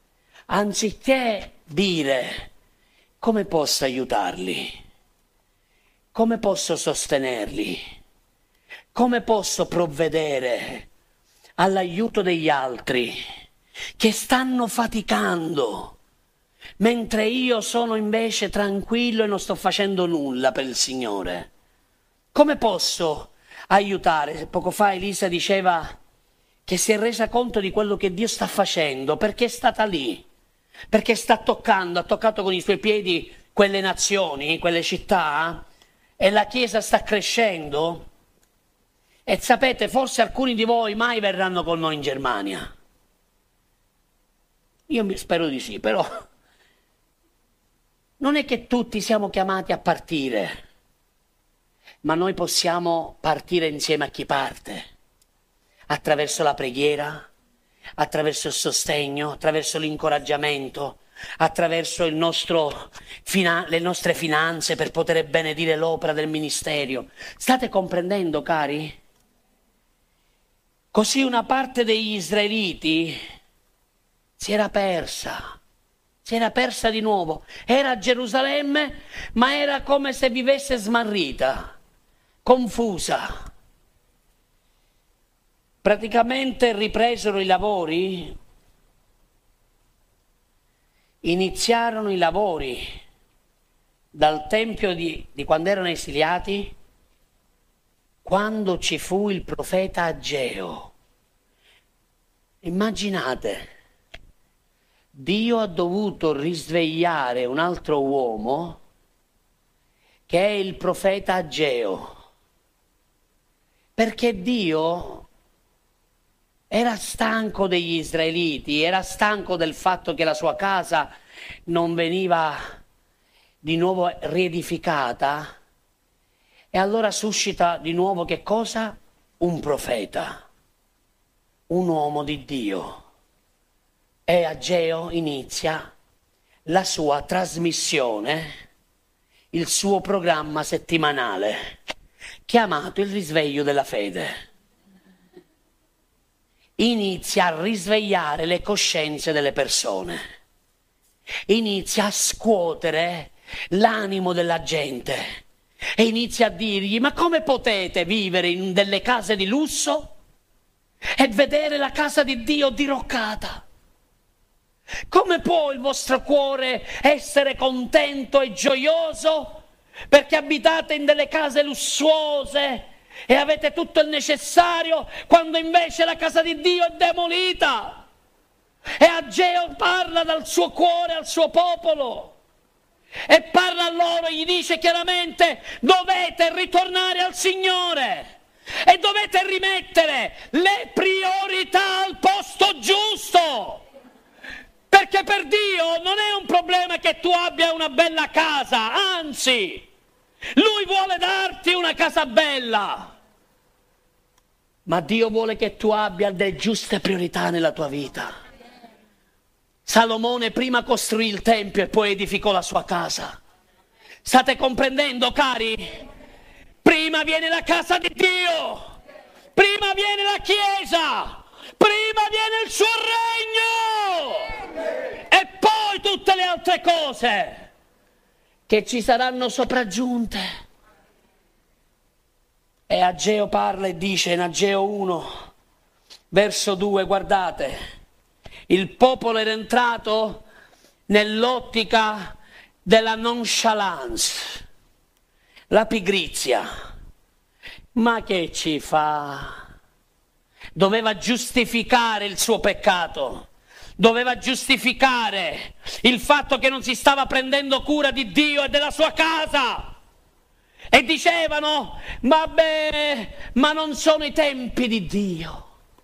Anziché dire come posso aiutarli, come posso sostenerli, come posso provvedere all'aiuto degli altri che stanno faticando, mentre io sono invece tranquillo e non sto facendo nulla per il Signore. Come posso aiutare? Poco fa Elisa diceva che si è resa conto di quello che Dio sta facendo, perché è stata lì. Perché sta toccando, ha toccato con i suoi piedi quelle nazioni, quelle città, e la Chiesa sta crescendo. E sapete, forse alcuni di voi mai verranno con noi in Germania. Io spero di sì, però non è che tutti siamo chiamati a partire, ma noi possiamo partire insieme a chi parte, attraverso la preghiera, attraverso il sostegno, attraverso l'incoraggiamento, attraverso le nostre finanze per poter benedire l'opera del ministero. State comprendendo, cari? Così una parte degli israeliti si era persa di nuovo. Era a Gerusalemme, ma era come se vivesse smarrita, confusa. praticamente ripresero i lavori, iniziarono i lavori dal Tempio di quando erano esiliati, quando ci fu il profeta Ageo. Immaginate, Dio ha dovuto risvegliare un altro uomo che è il profeta Ageo, perché Dio era stanco degli israeliti, era stanco del fatto che la sua casa non veniva di nuovo riedificata, e allora suscita di nuovo che cosa? Un profeta, un uomo di Dio. E Ageo inizia la sua trasmissione, il suo programma settimanale, chiamato il risveglio della fede. Inizia a risvegliare le coscienze delle persone, inizia a scuotere l'animo della gente e inizia a dirgli: ma come potete vivere in delle case di lusso e vedere la casa di Dio diroccata? Come può il vostro cuore essere contento e gioioso perché abitate in delle case lussuose e avete tutto il necessario, quando invece la casa di Dio è demolita? E Ageo parla dal suo cuore al suo popolo e parla a loro, gli dice chiaramente: dovete ritornare al Signore e dovete rimettere le priorità al posto giusto, perché per Dio non è un problema che tu abbia una bella casa, anzi Lui vuole darti una casa bella, ma Dio vuole che tu abbia delle giuste priorità nella tua vita. Salomone prima costruì il Tempio e poi edificò la sua casa. State comprendendo, cari? Prima viene la casa di Dio, prima viene la Chiesa, prima viene il suo regno e poi tutte le altre cose che ci saranno sopraggiunte. E Ageo parla e dice in Ageo 1, verso 2, guardate, il popolo era entrato nell'ottica della nonchalance, la pigrizia. Ma che ci fa? Doveva giustificare il suo peccato, doveva giustificare il fatto che non si stava prendendo cura di Dio e della sua casa. E dicevano: vabbè, ma non sono i tempi di Dio.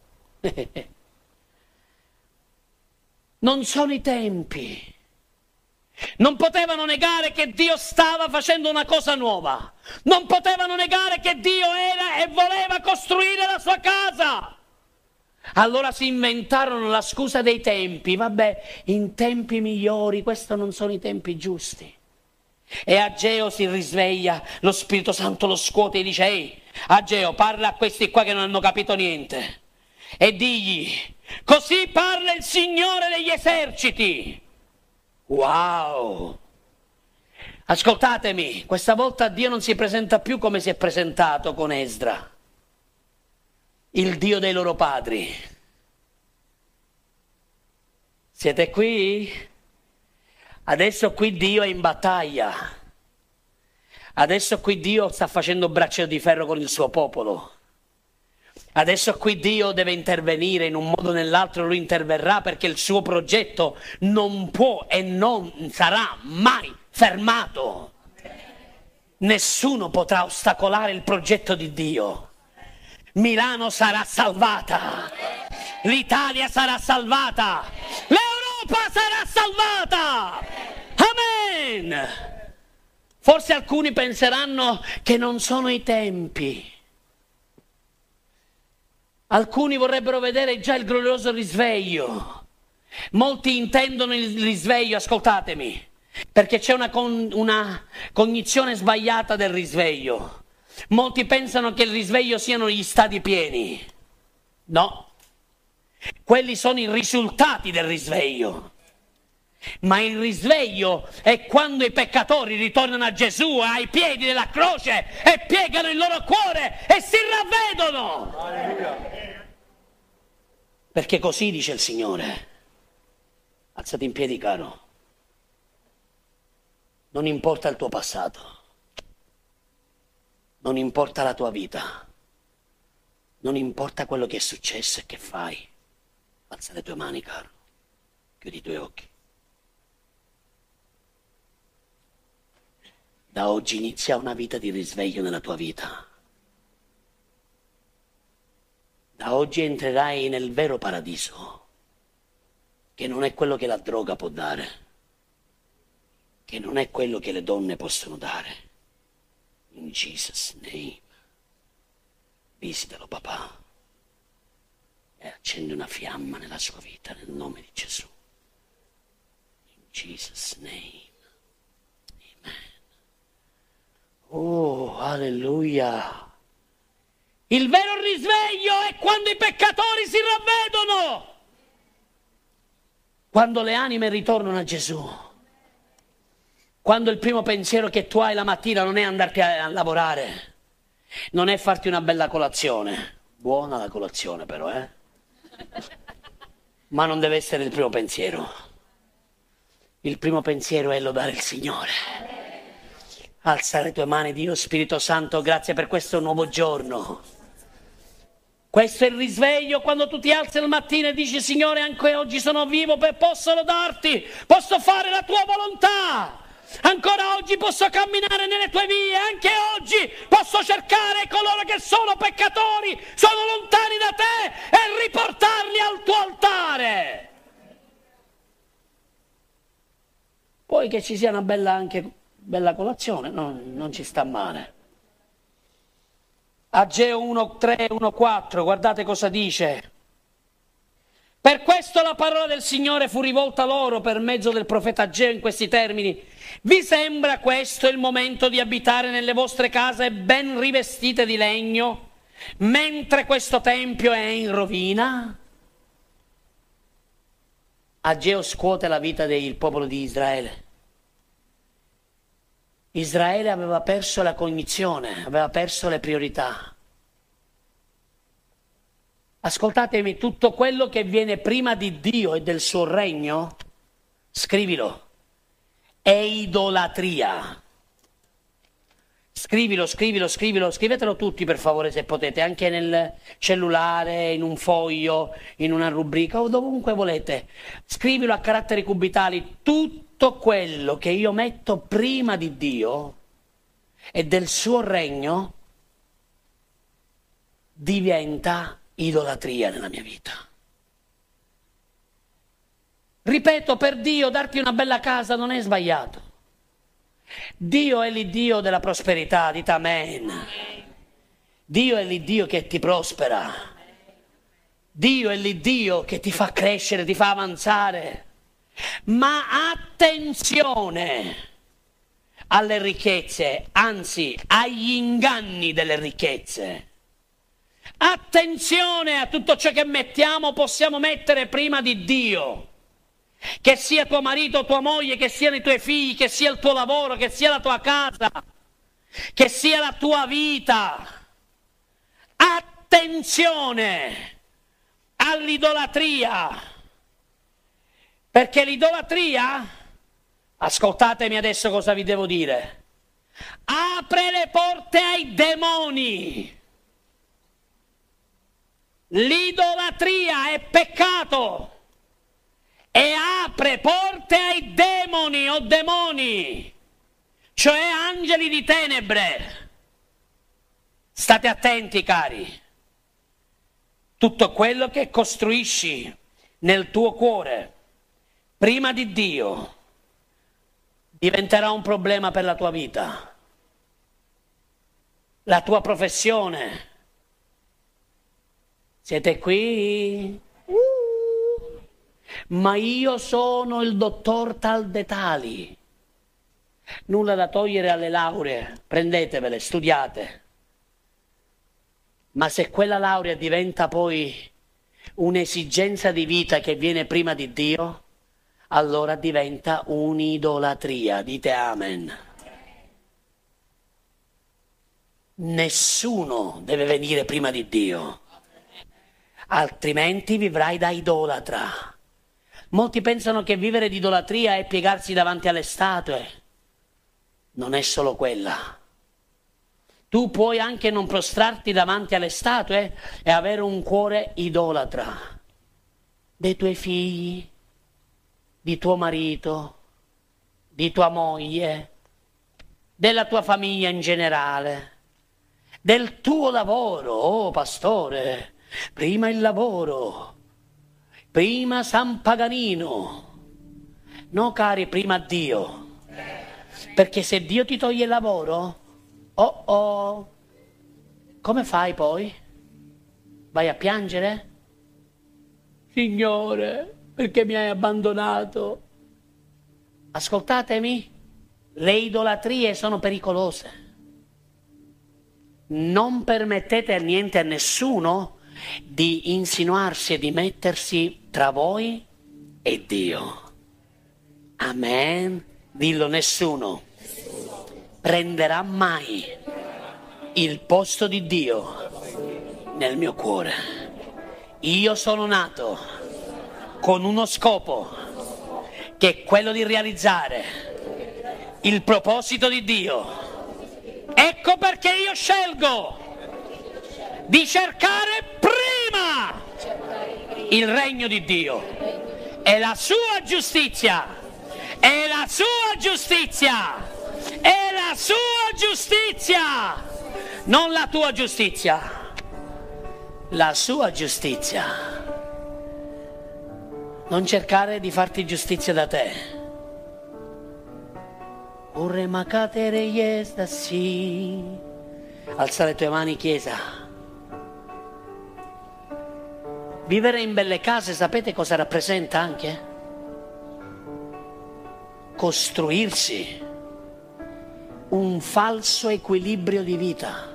Non sono i tempi. Non potevano negare che Dio stava facendo una cosa nuova. Non potevano negare che Dio era e voleva costruire la sua casa. Allora si inventarono la scusa dei tempi. Vabbè, in tempi migliori, questi non sono i tempi giusti. E Ageo si risveglia, lo Spirito Santo lo scuote e dice: ehi, Ageo, parla a questi qua che non hanno capito niente e digli: così parla il Signore degli eserciti. Wow! Ascoltatemi, questa volta Dio non si presenta più come si è presentato con Esdra, il Dio dei loro padri. Siete qui? Adesso qui Dio è in battaglia. Adesso qui Dio sta facendo braccio di ferro con il suo popolo. Adesso qui Dio deve intervenire in un modo o nell'altro, Lui interverrà, perché il suo progetto non può e non sarà mai fermato. Nessuno potrà ostacolare il progetto di Dio. Milano sarà salvata, l'Italia sarà salvata, l'Europa sarà salvata. Amen. Forse alcuni penseranno che non sono i tempi. Alcuni vorrebbero vedere già il glorioso risveglio. Molti intendono il risveglio, ascoltatemi, perché c'è una cognizione sbagliata del risveglio. Molti pensano che il risveglio siano gli stadi pieni. No, quelli sono i risultati del risveglio. Ma il risveglio è quando i peccatori ritornano a Gesù ai piedi della croce e piegano il loro cuore e si ravvedono. Alleluia. Perché così dice il Signore. Alzati in piedi, caro. Non importa il tuo passato. Non importa la tua vita. Non importa quello che è successo e che fai. Alza le tue mani, caro. Chiudi i tuoi occhi. Da oggi inizia una vita di risveglio nella tua vita. Da oggi entrerai nel vero paradiso, che non è quello che la droga può dare, che non è quello che le donne possono dare. In Jesus' name. Visitalo, papà, e accendi una fiamma nella sua vita, nel nome di Gesù. In Jesus' name. Oh, alleluia. Il vero risveglio è quando i peccatori si ravvedono, quando le anime ritornano a Gesù, quando il primo pensiero che tu hai la mattina non è andarti a lavorare, non è farti una bella colazione, buona la colazione però, ma non deve essere il primo pensiero. Il primo pensiero è lodare il Signore. Alza le tue mani, Dio Spirito Santo, grazie per questo nuovo giorno. Questo è il risveglio quando tu ti alzi al mattino e dici: Signore, anche oggi sono vivo, posso lodarti, posso fare la tua volontà. Ancora oggi posso camminare nelle tue vie, anche oggi posso cercare coloro che sono peccatori, sono lontani da te e riportarli al tuo altare. Poi che ci sia una bella colazione, non ci sta male. Ageo 1:3, 1:4, guardate cosa dice. Per questo la parola del Signore fu rivolta loro per mezzo del profeta Ageo in questi termini: vi sembra questo il momento di abitare nelle vostre case ben rivestite di legno, mentre questo tempio è in rovina? Ageo scuote la vita del popolo di Israele. Israele aveva perso la cognizione, aveva perso le priorità. Ascoltatemi, tutto quello che viene prima di Dio e del suo regno, scrivilo, è idolatria. Scrivilo, scrivetelo tutti per favore se potete, anche nel cellulare, in un foglio, in una rubrica o dovunque volete. Scrivilo a caratteri cubitali, tutto quello che io metto prima di Dio e del suo regno diventa idolatria nella mia vita. Ripeto, per Dio darti una bella casa non è sbagliato. Dio è l'Iddio della prosperità, dite amen. Dio è l'Iddio che ti prospera. Dio è l'Iddio che ti fa crescere, ti fa avanzare. Ma attenzione alle ricchezze, anzi agli inganni delle ricchezze. Attenzione a tutto ciò che mettiamo, possiamo mettere prima di Dio. Che sia tuo marito, tua moglie, che siano i tuoi figli, che sia il tuo lavoro, che sia la tua casa, che sia la tua vita. Attenzione all'idolatria, perché l'idolatria, ascoltatemi adesso cosa vi devo dire, apre le porte ai demoni. L'idolatria è peccato e apre porte ai demoni o demoni, cioè angeli di tenebre. State attenti, cari. Tutto quello che costruisci nel tuo cuore prima di Dio diventerà un problema per la tua vita. La tua professione. Siete qui? Ma io sono il dottor tal de tali. Nulla da togliere alle lauree, prendetevele, studiate. Ma se quella laurea diventa poi un'esigenza di vita che viene prima di Dio, allora diventa un'idolatria. Dite amen. Nessuno deve venire prima di Dio. altrimenti vivrai da idolatra. Molti pensano che vivere di idolatria è piegarsi davanti alle statue. Non è solo quella. Tu puoi anche non prostrarti davanti alle statue e avere un cuore idolatra dei tuoi figli, di tuo marito, di tua moglie, della tua famiglia in generale, del tuo lavoro. Oh, pastore, prima il lavoro, prima San Paganino. No, cari, prima Dio. Perché se Dio ti toglie il lavoro, come fai poi? Vai a piangere? Signore, perché mi hai abbandonato? Ascoltatemi, le idolatrie sono pericolose. Non permettete a niente, a nessuno, di insinuarsi e di mettersi tra voi e Dio. Amen. Dillo, nessuno prenderà mai il posto di Dio nel mio cuore. Io sono nato con uno scopo, che è quello di realizzare il proposito di Dio. Ecco perché io scelgo di cercare prima il regno di Dio e la sua giustizia, e la sua giustizia, e la sua giustizia, non la tua giustizia, la sua giustizia. Non cercare di farti giustizia da te. Alza le tue mani, Chiesa. Vivere in belle case, sapete cosa rappresenta anche? Costruirsi un falso equilibrio di vita,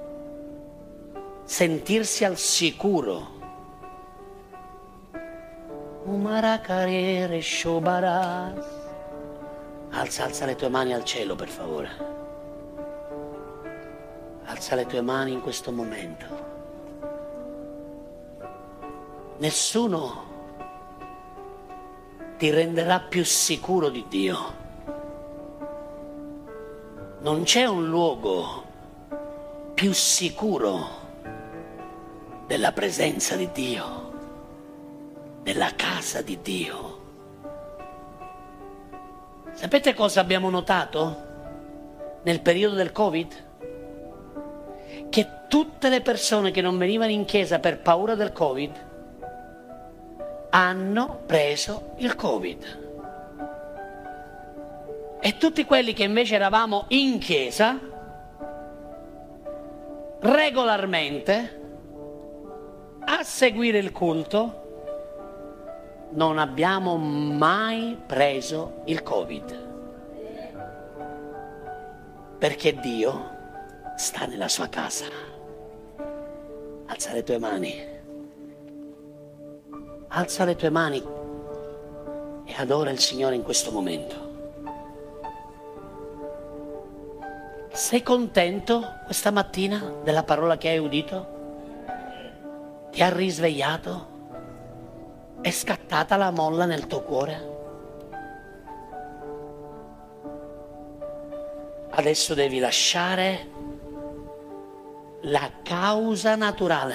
sentirsi al sicuro. Alza le tue mani al cielo, per favore. Alza le tue mani in questo momento. Nessuno ti renderà più sicuro di Dio. Non c'è un luogo più sicuro della presenza di Dio, della casa di Dio. Sapete cosa abbiamo notato nel periodo del Covid? Che tutte le persone che non venivano in chiesa per paura del Covid hanno preso il Covid. E tutti quelli che invece eravamo in chiesa regolarmente a seguire il culto non abbiamo mai preso il Covid, perché Dio sta nella sua casa. Alza le tue mani, alza le tue mani e adora il Signore in questo momento. Sei contento questa mattina della parola che hai udito? Ti ha risvegliato? È scattata la molla nel tuo cuore? Adesso devi lasciare la causa naturale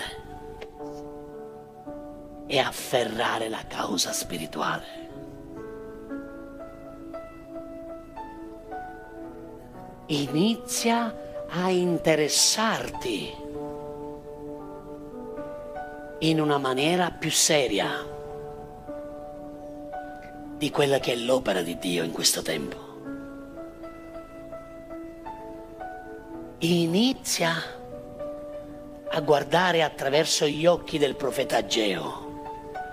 e afferrare la causa spirituale. Inizia a interessarti in una maniera più seria di quella che è l'opera di Dio in questo tempo. Inizia a guardare attraverso gli occhi del profeta Ageo.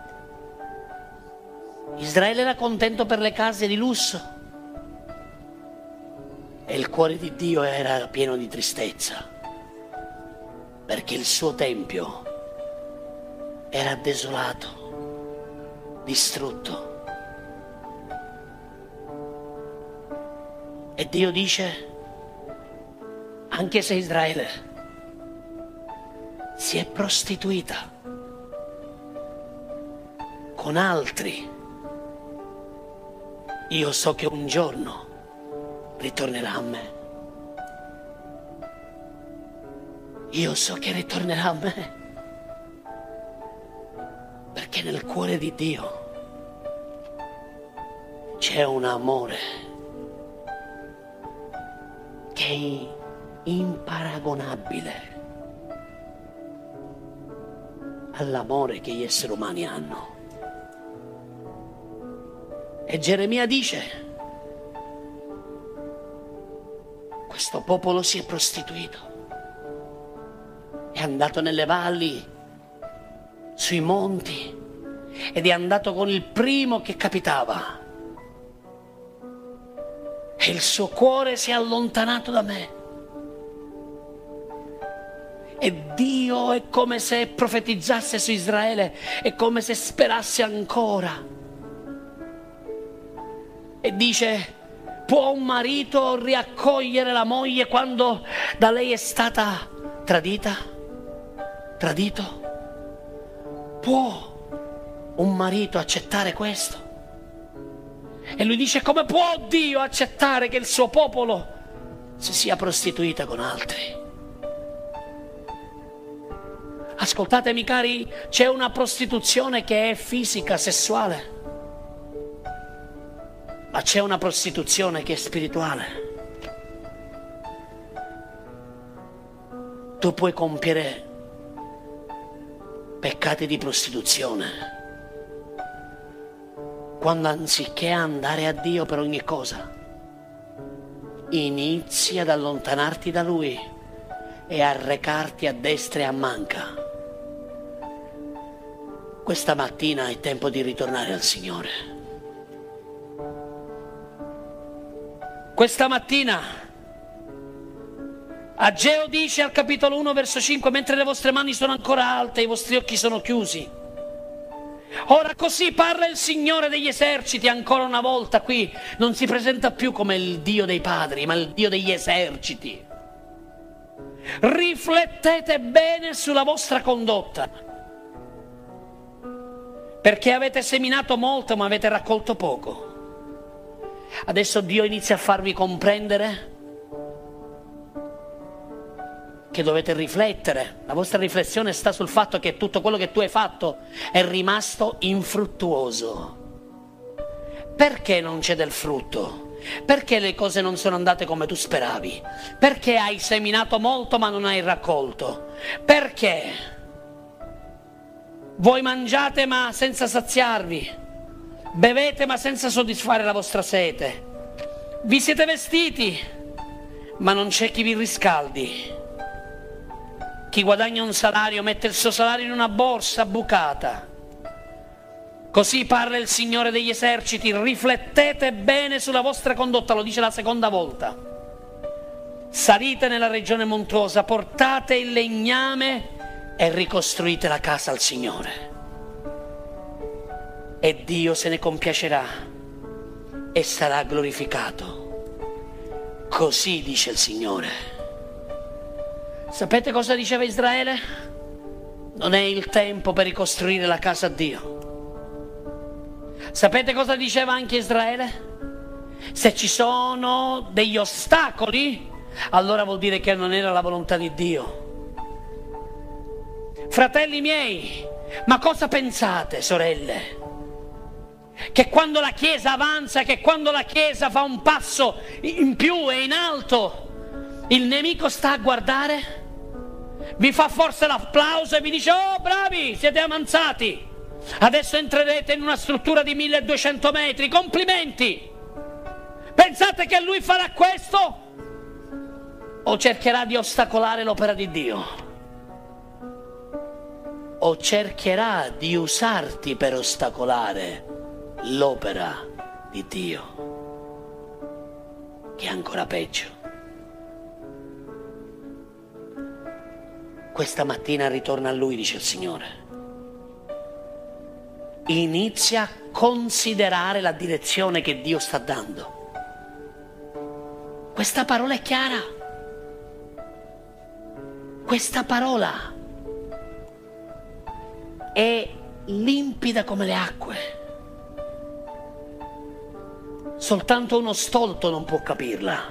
Israele era contento per le case di lusso e il cuore di Dio era pieno di tristezza, perché il suo tempio era desolato, distrutto. E Dio dice, anche se Israele si è prostituita con altri, io so che un giorno ritornerà a me. Io so che ritornerà a me, perché nel cuore di Dio c'è un amore che è imparagonabile all'amore che gli esseri umani hanno. E Geremia dice: questo popolo si è prostituito, è andato nelle valli, sui monti, ed è andato con il primo che capitava, e il suo cuore si è allontanato da me. E Dio è come se profetizzasse su Israele, è come se sperasse ancora. E dice: può un marito riaccogliere la moglie quando da lei è stata tradita? Tradito? Può un marito accettare questo? E lui dice: come può Dio accettare che il suo popolo si sia prostituita con altri? Ascoltatemi cari, c'è una prostituzione che è fisica, sessuale, ma c'è una prostituzione che è spirituale. Tu puoi compiere peccati di prostituzione quando, anziché andare a Dio per ogni cosa, inizi ad allontanarti da Lui e a recarti a destra e a manca. Questa mattina è tempo di ritornare al Signore. Questa mattina Ageo dice al capitolo 1 verso 5: mentre le vostre mani sono ancora alte, i vostri occhi sono chiusi. Ora così parla il Signore degli eserciti. Ancora una volta qui non si presenta più come il Dio dei padri, ma il Dio degli eserciti. Riflettete bene sulla vostra condotta, perché avete seminato molto ma avete raccolto poco. Adesso Dio inizia a farvi comprendere che dovete riflettere. La vostra riflessione sta sul fatto che tutto quello che tu hai fatto è rimasto infruttuoso. Perché non c'è del frutto? Perché le cose non sono andate come tu speravi? Perché hai seminato molto ma non hai raccolto? Perché voi mangiate ma senza saziarvi, bevete ma senza soddisfare la vostra sete, vi siete vestiti ma non c'è chi vi riscaldi. Chi guadagna un salario mette il suo salario in una borsa bucata. Così parla il Signore degli eserciti. Riflettete bene sulla vostra condotta, lo dice la seconda volta. Salite nella regione montuosa, portate il legname e ricostruite la casa al Signore. E Dio se ne compiacerà e sarà glorificato. Così dice il Signore. Sapete cosa diceva Israele? Non è il tempo per ricostruire la casa a Dio. Sapete cosa diceva anche Israele? Se ci sono degli ostacoli, allora vuol dire che non era la volontà di Dio. Fratelli miei, ma cosa pensate, sorelle? Che quando la Chiesa avanza, che quando la Chiesa fa un passo in più e in alto, il nemico sta a guardare? Vi fa forse l'applauso e vi dice: oh bravi, siete avanzati, adesso entrerete in una struttura di 1200 metri, complimenti. Pensate che lui farà questo? O cercherà di ostacolare l'opera di Dio? O cercherà di usarti per ostacolare l'opera di Dio? Che è ancora peggio. Questa mattina ritorna a Lui, dice il Signore. Inizia a considerare la direzione che Dio sta dando. Questa parola è chiara. Questa parola è limpida come le acque. Soltanto uno stolto non può capirla.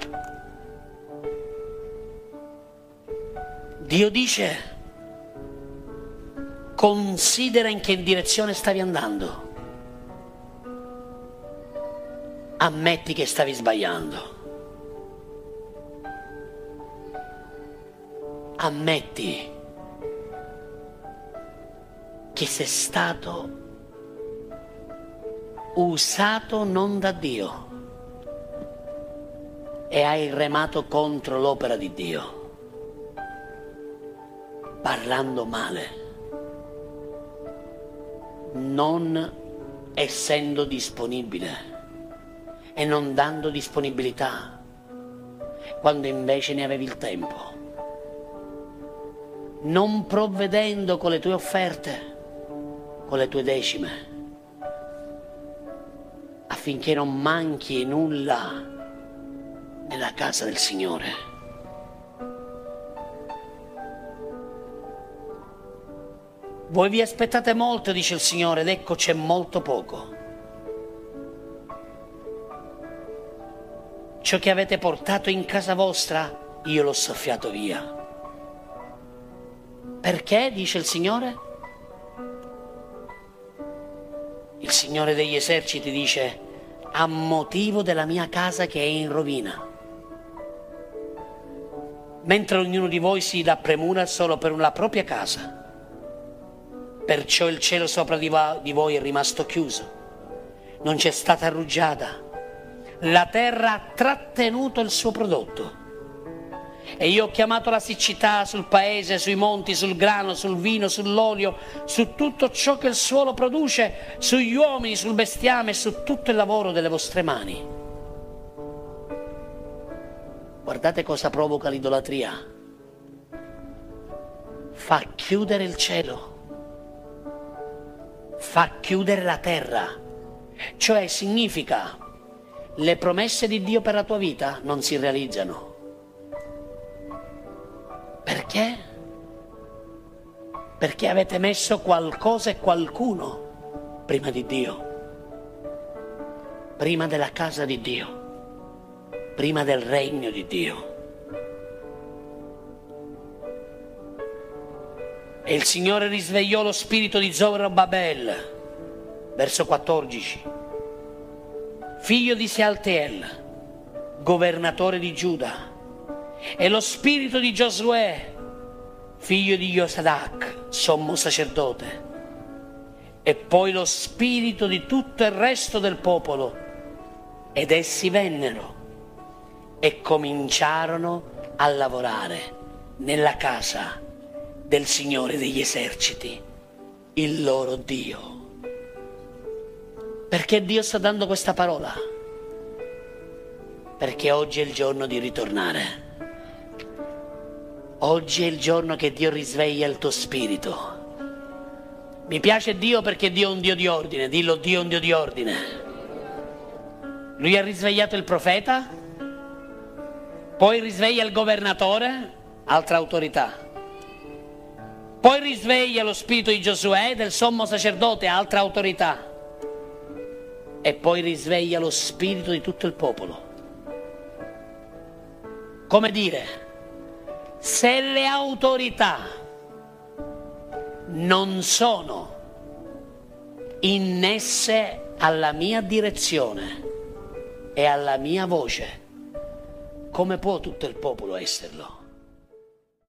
Dio dice: considera in che direzione stavi andando. Ammetti che stavi sbagliando. Ammetti che sei stato usato non da Dio e hai remato contro l'opera di Dio, parlando male, non essendo disponibile e non dando disponibilità quando invece ne avevi il tempo, non provvedendo con le tue offerte, con le tue decime, affinché non manchi nulla nella casa del Signore. Voi vi aspettate molto, dice il Signore, ed ecco c'è molto poco. Ciò che avete portato in casa vostra, io l'ho soffiato via. Perché, dice il Signore? Il Signore degli eserciti dice: a motivo della mia casa che è in rovina. Mentre ognuno di voi si dà premura solo per la propria casa. Perciò il cielo sopra di voi è rimasto chiuso. Non c'è stata rugiada. La terra ha trattenuto il suo prodotto. E io ho chiamato la siccità sul paese, sui monti, sul grano, sul vino, sull'olio, su tutto ciò che il suolo produce, sugli uomini, sul bestiame, su tutto il lavoro delle vostre mani. Guardate cosa provoca l'idolatria. Fa chiudere il cielo, fa chiudere la terra, cioè significa le promesse di Dio per la tua vita non si realizzano. Perché? Perché avete messo qualcosa e qualcuno prima di Dio, prima della casa di Dio, prima del regno di Dio. E il Signore risvegliò lo spirito di Zorobabel, verso 14, figlio di Sealtiel, governatore di Giuda, e lo spirito di Giosuè, figlio di Josadac, sommo sacerdote, e poi lo spirito di tutto il resto del popolo, ed essi vennero e cominciarono a lavorare nella casa del Signore degli eserciti, il loro Dio. Perché Dio sta dando questa parola? Perché oggi è il giorno di ritornare. Oggi è il giorno che Dio risveglia il tuo spirito. Mi piace Dio perché Dio è un Dio di ordine. Dillo: Dio è un Dio di ordine. Lui ha risvegliato il profeta, poi risveglia il governatore, altra autorità. Poi risveglia lo spirito di Giosuè, del sommo sacerdote, altra autorità. E poi risveglia lo spirito di tutto il popolo. Come dire, se le autorità non sono innesse alla mia direzione e alla mia voce, come può tutto il popolo esserlo?